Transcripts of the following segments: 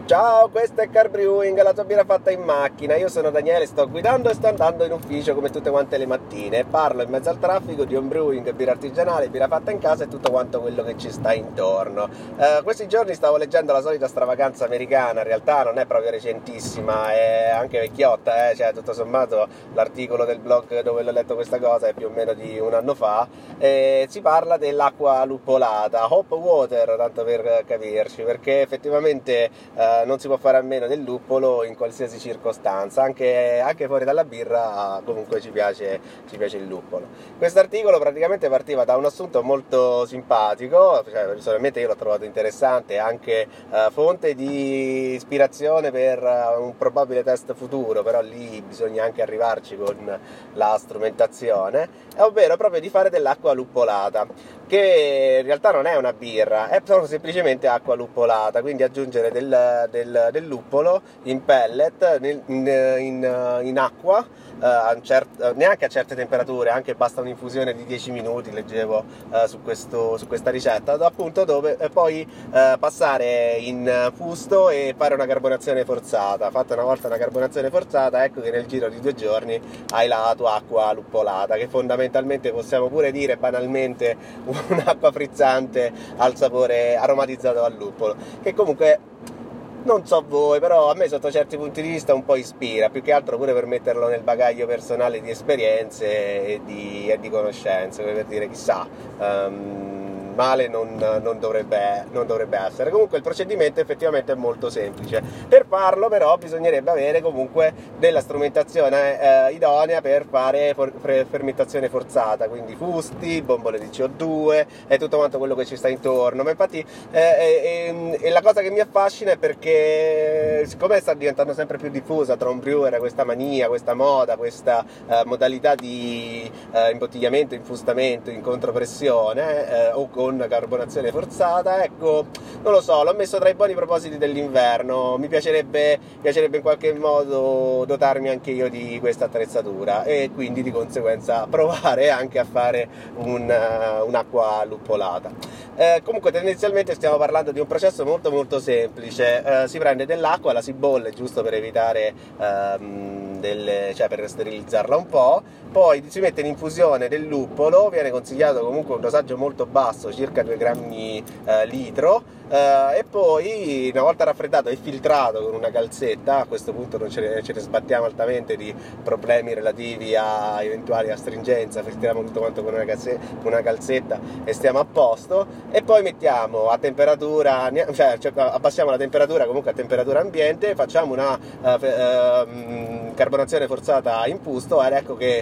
Ciao, questo è Car Brewing, la tua birra fatta in macchina. Io sono Daniele, sto guidando e sto andando in ufficio come tutte quante le mattine. Parlo in mezzo al traffico di home brewing, birra artigianale, birra fatta in casa e tutto quanto quello che ci sta intorno. Questi giorni stavo leggendo la solita stravaganza americana, in realtà non è proprio recentissima, è anche vecchiotta, cioè tutto sommato l'articolo del blog dove l'ho letto questa cosa è più o meno di un anno fa. Si parla dell'acqua luppolata, hop water, tanto per capirci, perché effettivamente non si può fare a meno del luppolo in qualsiasi circostanza, anche fuori dalla birra comunque ci piace il luppolo. Quest'articolo praticamente partiva da un assunto molto simpatico, cioè, personalmente io l'ho trovato interessante, anche fonte di ispirazione per un probabile test futuro, però lì bisogna anche arrivarci con la strumentazione, ovvero proprio di fare dell'acqua luppolata, che in realtà non è una birra, è solo semplicemente acqua luppolata, quindi aggiungere del luppolo in pellet in acqua, neanche a certe temperature, anche basta un'infusione di 10 minuti, leggevo su questa ricetta, appunto, dove poi passare in fusto e fare una carbonazione forzata. Fatta una volta una carbonazione forzata, ecco che nel giro di 2 giorni hai la tua acqua luppolata, che fondamentalmente possiamo pure dire banalmente un'acqua frizzante al sapore aromatizzato al luppolo, che comunque non so voi, però a me sotto certi punti di vista un po' ispira, più che altro pure per metterlo nel bagaglio personale di esperienze e di conoscenze, come per dire chissà, male non dovrebbe essere. Comunque il procedimento effettivamente è molto semplice. Per farlo però bisognerebbe avere comunque della strumentazione idonea per fare fermentazione forzata, quindi fusti, bombole di CO2 e tutto quanto quello che ci sta intorno. Ma infatti la cosa che mi affascina è perché siccome sta diventando sempre più diffusa tra un brewer questa mania, questa moda, questa modalità di imbottigliamento, infustamento in contropressione o con carbonazione forzata, ecco, non lo so, l'ho messo tra i buoni propositi dell'inverno. Mi piacerebbe in qualche modo dotarmi anche io di questa attrezzatura e quindi di conseguenza provare anche a fare un'acqua luppolata. Comunque tendenzialmente stiamo parlando di un processo molto molto semplice. Si prende dell'acqua, la si bolle giusto per evitare cioè per sterilizzarla un po', poi si mette in infusione del luppolo, viene consigliato comunque un dosaggio molto basso, circa 2 grammi litro, e poi una volta raffreddato e filtrato con una calzetta, a questo punto non ce ne sbattiamo altamente di problemi relativi a eventuali astringenza, filtriamo tutto quanto con una calzetta e stiamo a posto, e poi mettiamo a temperatura, cioè abbassiamo la temperatura comunque a temperatura ambiente, facciamo una carbonazione forzata in fusto ed ecco che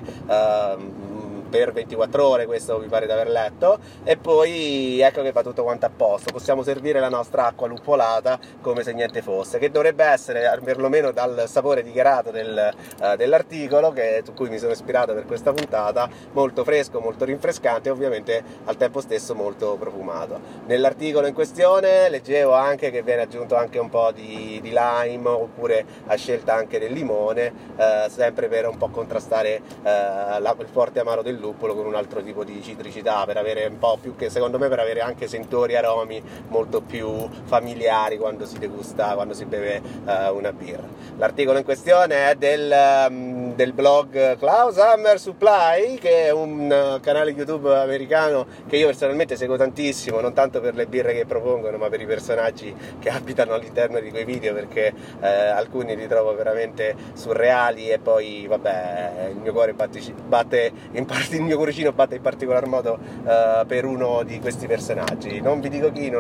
per 24 ore, questo mi pare di aver letto, e poi ecco che va tutto quanto a posto. Possiamo servire la nostra acqua luppolata come se niente fosse, che dovrebbe essere, perlomeno dal sapore dichiarato dell'articolo su cui mi sono ispirato per questa puntata, molto fresco, molto rinfrescante e ovviamente al tempo stesso molto profumato. Nell'articolo in questione leggevo anche che viene aggiunto anche un po' di lime, oppure a scelta anche del limone, sempre per un po' contrastare il forte amaro del luppolo con un altro tipo di citricità, per avere un po' più, che secondo me per avere anche sentori, aromi molto più familiari quando si degusta, quando si beve una birra. L'articolo in questione è del blog Klaus Hammer Supply, che è un canale YouTube americano che io personalmente seguo tantissimo, non tanto per le birre che propongono ma per i personaggi che abitano all'interno di quei video, perché alcuni li trovo veramente surreali e poi vabbè, il mio cuore batte il mio cuoricino batte in particolar modo per uno di questi personaggi. Non vi dico chi,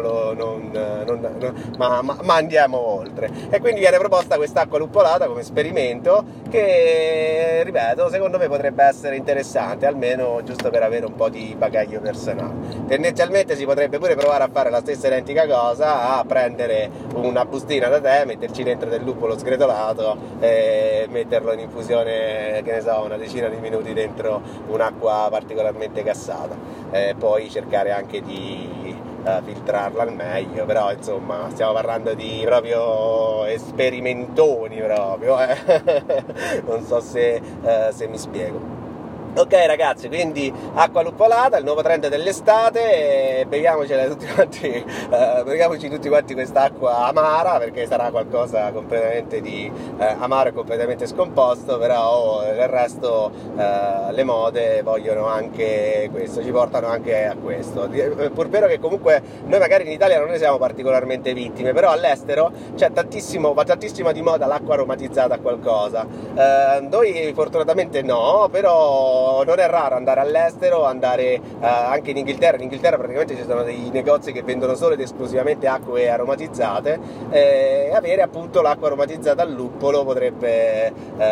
ma andiamo oltre. E quindi viene proposta quest'acqua luppolata come esperimento che, ripeto, secondo me potrebbe essere interessante, almeno giusto per avere un po' di bagaglio personale. Tendenzialmente si potrebbe pure provare a fare la stessa identica cosa, a prendere una bustina da tè, metterci dentro del luppolo sgretolato e metterlo in infusione, che ne so, una decina di minuti dentro un'acqua particolarmente gassata, poi cercare anche di filtrarla al meglio, però insomma stiamo parlando di proprio sperimentoni proprio, non so se mi spiego. Ok ragazzi, quindi acqua luppolata, il nuovo trend dell'estate, beviamocela tutti quanti, beviamoci tutti quanti quest'acqua amara, perché sarà qualcosa completamente di amaro e completamente scomposto, però del resto le mode vogliono anche questo, ci portano anche a questo. Pur vero che comunque noi magari in Italia non ne siamo particolarmente vittime, però all'estero c'è va tantissimo di moda l'acqua aromatizzata a qualcosa. Noi fortunatamente no, però non è raro andare all'estero, andare anche in Inghilterra. In Inghilterra praticamente ci sono dei negozi che vendono solo ed esclusivamente acque aromatizzate, e avere appunto l'acqua aromatizzata al luppolo potrebbe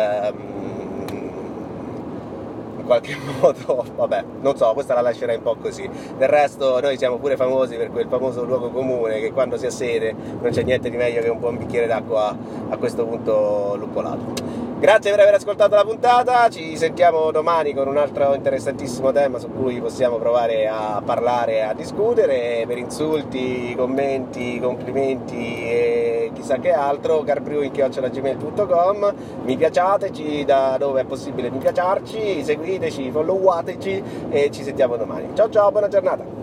in qualche modo, vabbè, non so, questa la lascerei un po' così. Del resto noi siamo pure famosi per quel famoso luogo comune che quando si ha sete non c'è niente di meglio che un buon bicchiere d'acqua a questo punto luppolato. Grazie per aver ascoltato la puntata, ci sentiamo domani con un altro interessantissimo tema su cui possiamo provare a parlare e a discutere. Per insulti, commenti, complimenti e chissà che altro, carbrewing@gmail.com. Mi piaciateci da dove è possibile mi piaciarci, seguiteci, followateci e ci sentiamo domani. Ciao ciao, buona giornata!